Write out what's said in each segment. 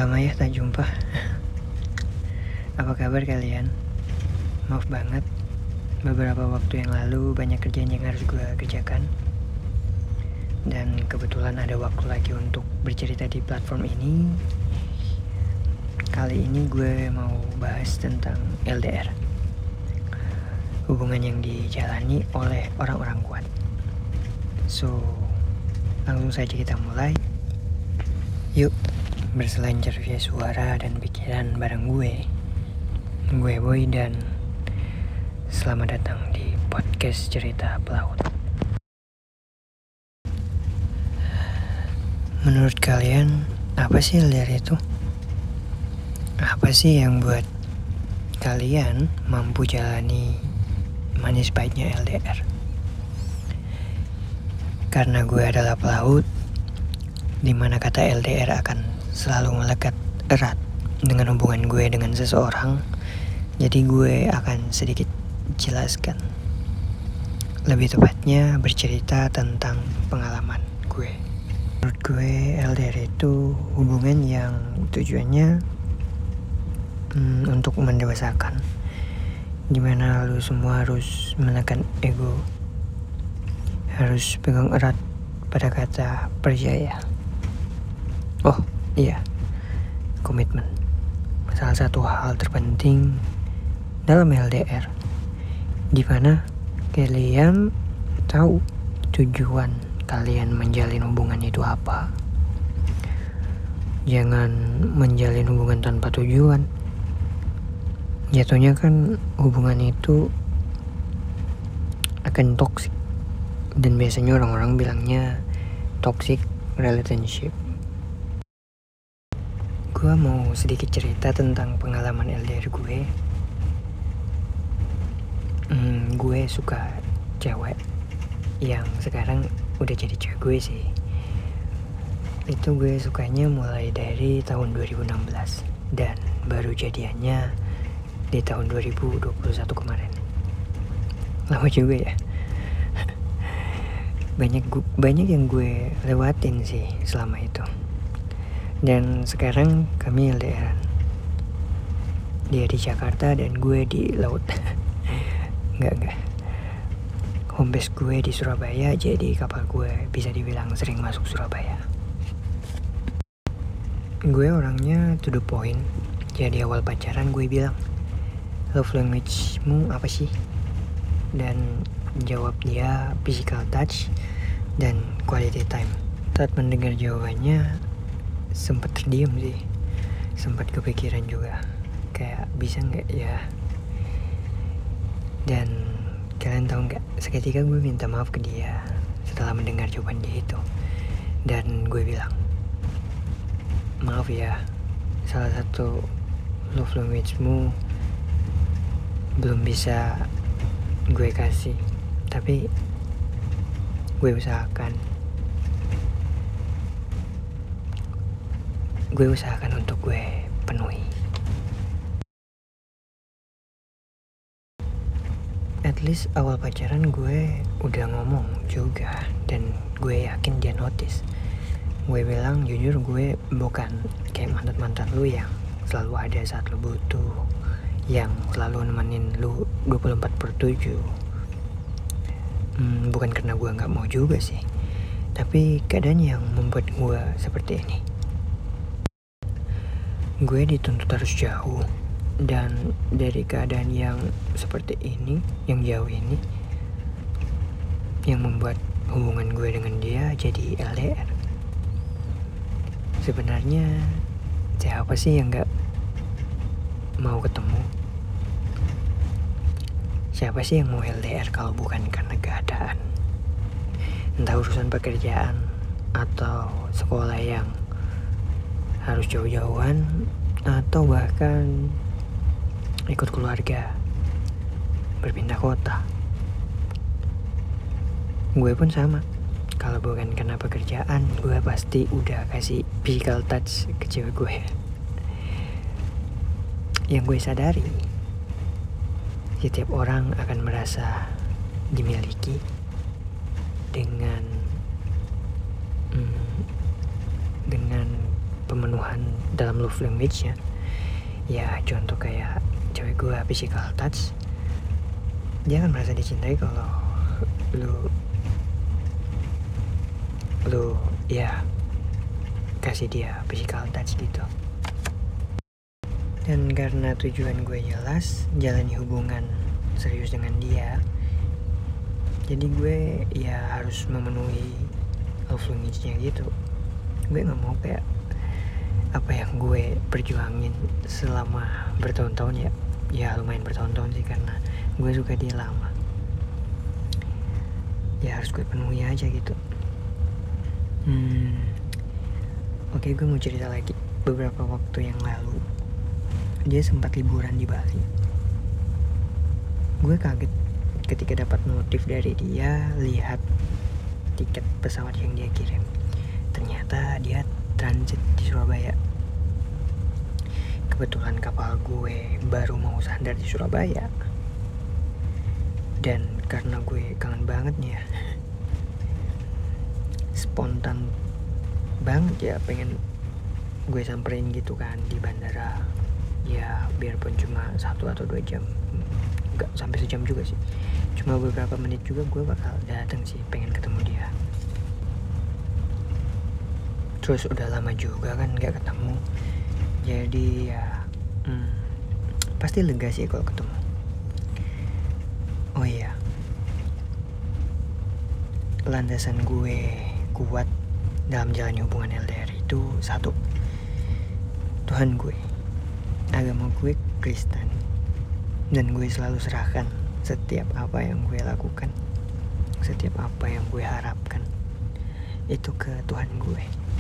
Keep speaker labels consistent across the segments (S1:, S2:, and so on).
S1: Lama ya tak jumpa. Apa kabar kalian? Maaf banget, beberapa waktu yang lalu banyak kerjaan yang harus gue kerjakan. Dan kebetulan ada waktu lagi untuk bercerita di platform ini. Kali ini gue mau bahas tentang LDR, hubungan yang dijalani oleh orang-orang kuat. So, langsung saja kita mulai. Yuk, berselancar via suara dan pikiran bareng gue Boy, dan selamat datang di podcast cerita pelaut. Menurut kalian, apa sih LDR itu? Apa sih yang buat kalian mampu jalani manis pahitnya LDR? Karena gue adalah pelaut, dimana kata LDR akan selalu melekat erat dengan hubungan gue dengan seseorang. Jadi gue akan sedikit jelaskan, lebih tepatnya bercerita tentang pengalaman gue. Menurut gue LDR itu hubungan yang tujuannya untuk mendewasakan, dimana lu semua harus menekan ego, harus pegang erat pada kata percaya. Oh iya, komitmen, salah satu hal terpenting dalam LDR, di mana kalian tahu tujuan kalian menjalin hubungan itu apa. Jangan menjalin hubungan tanpa tujuan. Jatuhnya kan hubungan itu akan toksik, dan biasanya orang-orang bilangnya toxic relationship. Gue mau sedikit cerita tentang pengalaman LDR gue. Gue suka cewek yang sekarang udah jadi cewek gue sih. Itu gue sukanya mulai dari tahun 2016 dan baru jadiannya di tahun 2021 kemarin. Lama juga ya. Banyak yang gue lewatin sih selama itu. Dan sekarang kami LDR. Dia di Jakarta dan gue di laut. Enggak. Home base gue di Surabaya, jadi kapal gue bisa dibilang sering masuk Surabaya. Gue orangnya to the point. Jadi awal pacaran gue bilang, love language-mu apa sih? Dan jawab dia physical touch dan quality time. Saat mendengar jawabannya sempat terdiam sih, sempat kepikiran juga, kayak bisa nggak ya. Dan kalian tahu nggak, seketika gue minta maaf ke dia setelah mendengar jawaban dia itu. Dan gue bilang, maaf ya, salah satu love language-mu belum bisa gue kasih, tapi gue usahakan untuk gue penuhi. At least awal pacaran gue udah ngomong juga, dan gue yakin dia notice. Gue bilang jujur, gue bukan kayak mantan lu yang selalu ada saat lu butuh, yang selalu nemenin lu 24/7. Bukan karena gue gak mau juga sih, tapi keadaan yang membuat gue seperti ini. Gue dituntut harus jauh, dan dari keadaan yang seperti ini, yang jauh ini, yang membuat hubungan gue dengan dia jadi LDR. Sebenarnya siapa sih yang gak mau ketemu? Siapa sih yang mau LDR kalau bukan karena keadaan? Entah urusan pekerjaan atau sekolah yang harus jauh-jauhan, atau bahkan ikut keluarga berpindah kota. Gue pun sama. Kalau bukan karena pekerjaan, gue pasti udah kasih physical touch ke cewek gue. Yang gue sadari, setiap orang akan merasa dimiliki dengan pemenuhan sentuhan dalam love language-nya. Ya contoh kayak cewek gue physical touch, dia akan merasa dicintai kalau lu ya kasih dia physical touch gitu. Dan karena tujuan gue jelas jalani hubungan serius dengan dia, jadi gue ya harus memenuhi love language-nya gitu. Gue gak mau kayak apa yang gue perjuangin selama bertahun-tahun, ya lumayan bertahun-tahun sih, karena gue suka dia lama, ya harus gue penuhi aja gitu. Oke, gue mau cerita lagi. Beberapa waktu yang lalu dia sempat liburan di Bali. Gue kaget ketika dapat notif dari dia, lihat tiket pesawat yang dia kirim. Ternyata dia transit di Surabaya. Kebetulan kapal gue baru mau sandar di Surabaya. Dan karena gue kangen banget nih ya, spontan banget ya, pengen gue samperin gitu kan di bandara. Ya biarpun cuma 1 atau 2 jam, gak sampai sejam juga sih, cuma beberapa menit juga gue bakal datang sih, pengen ketemu dia. Terus udah lama juga kan gak ketemu, jadi ya pasti lega sih kalau ketemu. Oh iya, landasan gue kuat dalam jalani hubungan LDR itu satu, Tuhan gue. Agama gue Kristen, dan gue selalu serahkan setiap apa yang gue lakukan, setiap apa yang gue harapkan itu ke Tuhan gue.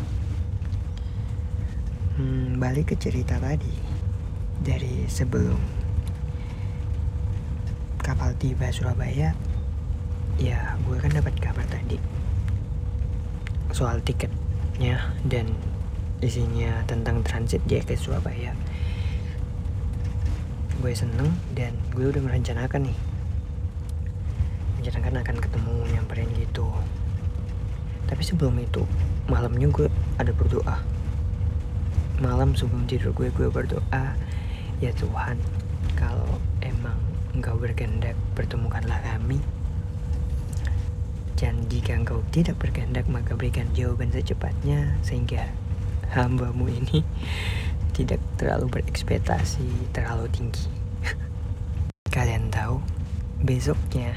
S1: Balik ke cerita tadi, dari sebelum kapal tiba Surabaya, ya gue kan dapat kabar tadi soal tiketnya dan isinya tentang transit dia ke Surabaya. Gue seneng dan gue udah merencanakan akan ketemu, nyamperin gitu. Tapi sebelum itu, malamnya gue ada berdoa. Malam sebelum tidur gue berdoa, ya Tuhan, kalau emang Engkau berkehendak, pertemukanlah kami. Dan jika Engkau tidak berkehendak, maka berikan jawaban secepatnya, sehingga hamba-Mu ini tidak terlalu berekspektasi terlalu tinggi. Kalian tahu, besoknya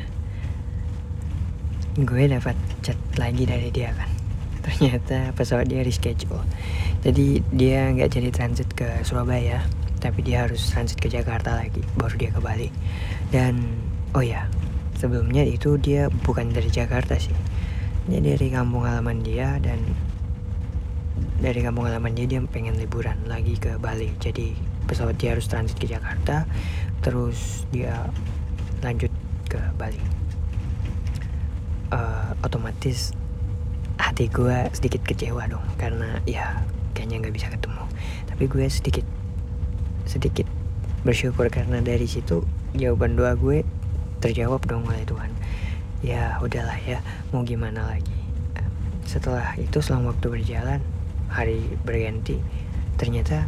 S1: gue dapat chat lagi dari dia kan. Ternyata pesawat dia reschedule. Jadi dia gak jadi transit ke Surabaya, tapi dia harus transit ke Jakarta lagi, baru dia ke Bali. Dan oh ya, sebelumnya itu dia bukan dari Jakarta sih, dia dari kampung halaman dia, dan dari kampung halaman dia pengen liburan lagi ke Bali. Jadi pesawat dia harus transit ke Jakarta, terus dia lanjut ke Bali. Otomatis hati gue sedikit kecewa dong, karena ya kayaknya gak bisa ketemu. Tapi gue sedikit bersyukur karena dari situ jawaban doa gue terjawab dong oleh Tuhan. Ya udahlah ya, mau gimana lagi. Setelah itu, selama waktu berjalan, hari berganti, ternyata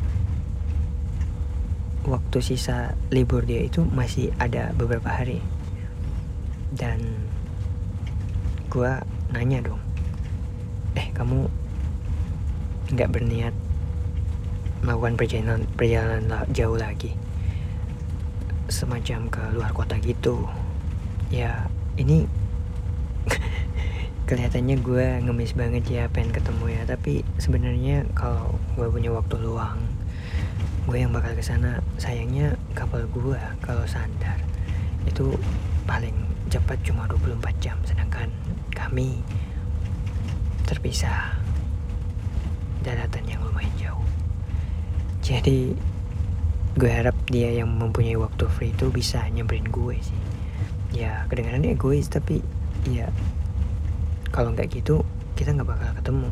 S1: waktu sisa libur dia itu masih ada beberapa hari. Dan gue nanya dong, kamu gak berniat melakukan perjalanan jauh lagi, semacam ke luar kota gitu? Ya ini kelihatannya gue ngemis banget ya, pengen ketemu ya. Tapi sebenarnya kalau gue punya waktu luang, gue yang bakal kesana. Sayangnya kapal gue kalau sandar itu paling cepat cuma 24 jam, sedangkan kami terpisah daratan yang lumayan jauh. Jadi gue harap dia yang mempunyai waktu free itu bisa nyamperin gue sih. Ya kedengarannya egois, tapi ya kalau nggak gitu kita nggak bakal ketemu.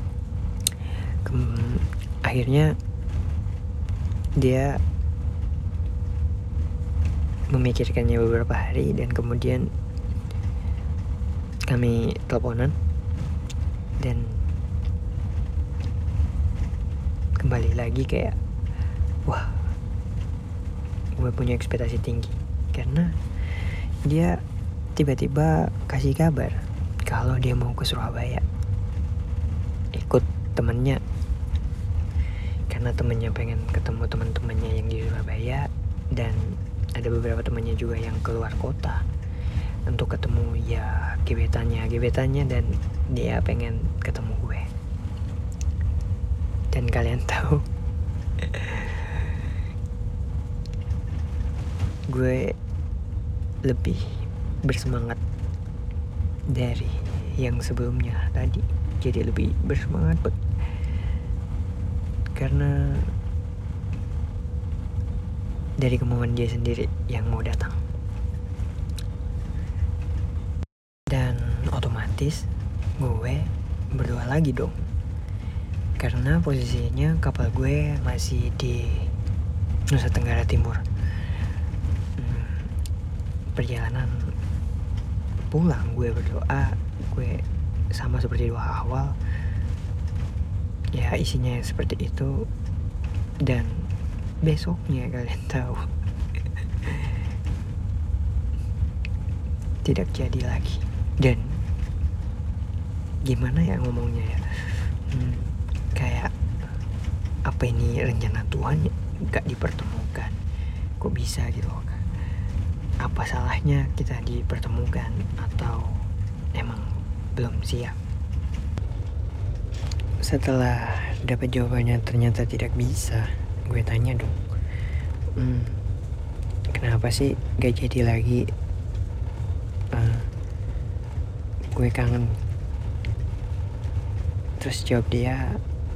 S1: Akhirnya dia memikirkannya beberapa hari, dan kemudian kami teleponan, dan kembali lagi kayak wah, gue punya ekspektasi tinggi karena dia tiba-tiba kasih kabar kalau dia mau ke Surabaya ikut temennya, karena temennya pengen ketemu teman-temannya yang di Surabaya dan ada beberapa temannya juga yang keluar kota untuk ketemu ya gebetannya dan dia pengen ketemu gue. Dan kalian tahu gue lebih bersemangat dari yang sebelumnya tadi, jadi lebih bersemangat karena dari kemauan dia sendiri yang mau datang. Dan otomatis gue berdoa lagi dong, karena posisinya kapal gue masih di Nusa Tenggara Timur. Perjalanan pulang gue berdoa, gue sama seperti doa awal ya, isinya seperti itu. Dan besoknya kalian tahu tidak jadi lagi. Dan gimana ya ngomongnya ya, kayak apa ini rencana Tuhan gak dipertemukan, kok bisa gitu loh. Apa salahnya kita dipertemukan, atau emang belum siap? Setelah dapat jawabannya ternyata tidak bisa, gue tanya dong, kenapa sih gak jadi lagi? Gue kangen. Terus jawab dia,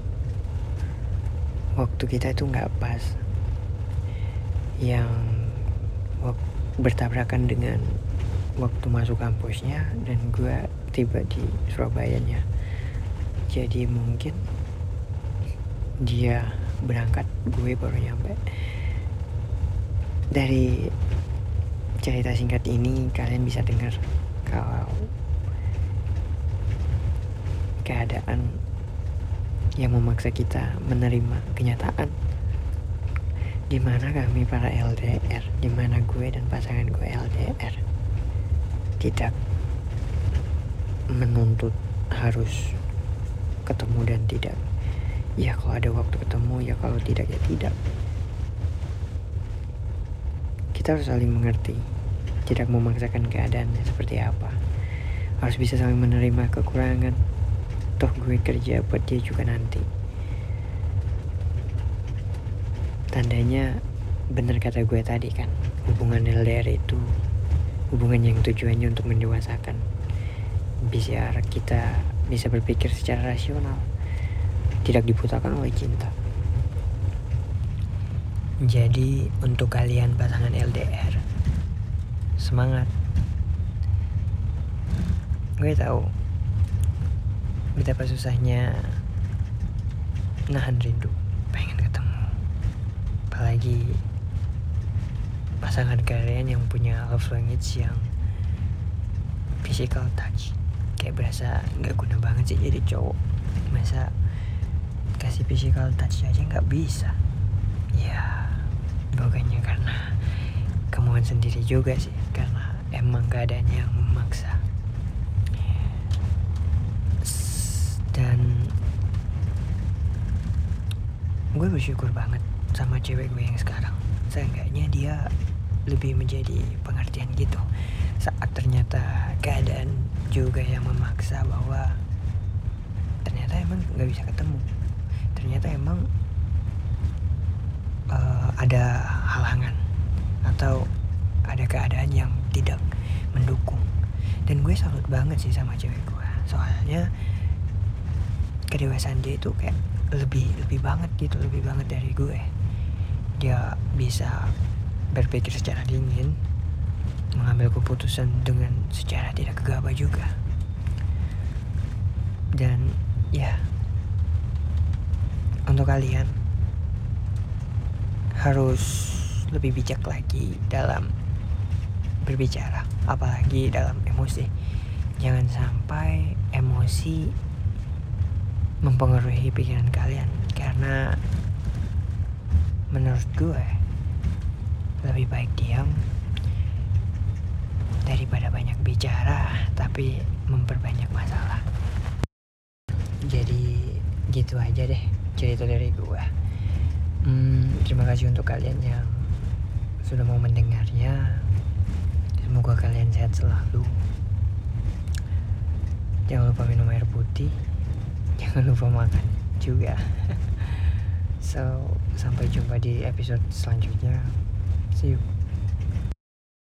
S1: waktu kita itu gak pas, yang bertabrakan dengan waktu masuk kampusnya dan gue tiba di Surabayanya. Jadi mungkin dia berangkat, gue baru nyampe. Dari cerita singkat ini kalian bisa dengar kalau keadaan yang memaksa kita menerima kenyataan dimana kami para LDR, dimana gue dan pasangan gue LDR, tidak menuntut harus ketemu dan tidak. Ya kalau ada waktu ketemu, ya kalau tidak ya tidak. Kita harus saling mengerti, tidak memaksakan keadaannya seperti apa. Harus bisa saling menerima kekurangan. Toh gue kerja buat dia juga nanti. Tandanya bener kata gue tadi kan, hubungan LDR itu hubungan yang tujuannya untuk mendewasakan, biar kita bisa berpikir secara rasional, tidak dibutakan oleh cinta. Jadi untuk kalian pasangan LDR, semangat. Gue tahu betapa susahnya nahan rindu, pengen ketemu. Apalagi pasangan kalian yang punya love language yang physical touch. Kayak berasa gak guna banget sih jadi cowok, masa kasih physical touch aja gak bisa. Ya bukannya karena kemauan sendiri juga sih, karena emang keadaannya yang memaksa. Dan gue bersyukur banget sama cewek gue yang sekarang. Seenggaknya dia lebih menjadi pengertian gitu saat ternyata keadaan juga yang memaksa, bahwa ternyata emang gak bisa ketemu, ternyata emang ada halangan atau ada keadaan yang tidak mendukung. Dan gue salut banget sih sama cewek gue, soalnya kedewasaan dia itu kayak lebih banget gitu, lebih banget dari gue. Dia bisa berpikir secara dingin, mengambil keputusan dengan secara tidak gegabah juga. Dan ya, untuk kalian harus lebih bijak lagi dalam berbicara, apalagi dalam emosi. Jangan sampai emosi mempengaruhi pikiran kalian, karena menurut gue lebih baik diam daripada banyak bicara tapi memperbanyak masalah. Jadi gitu aja deh cerita dari gue. Terima kasih untuk kalian yang sudah mau mendengarnya. Semoga kalian sehat selalu. Jangan lupa minum air putih. Jangan lupa makan juga. So, sampai jumpa di episode selanjutnya. See you.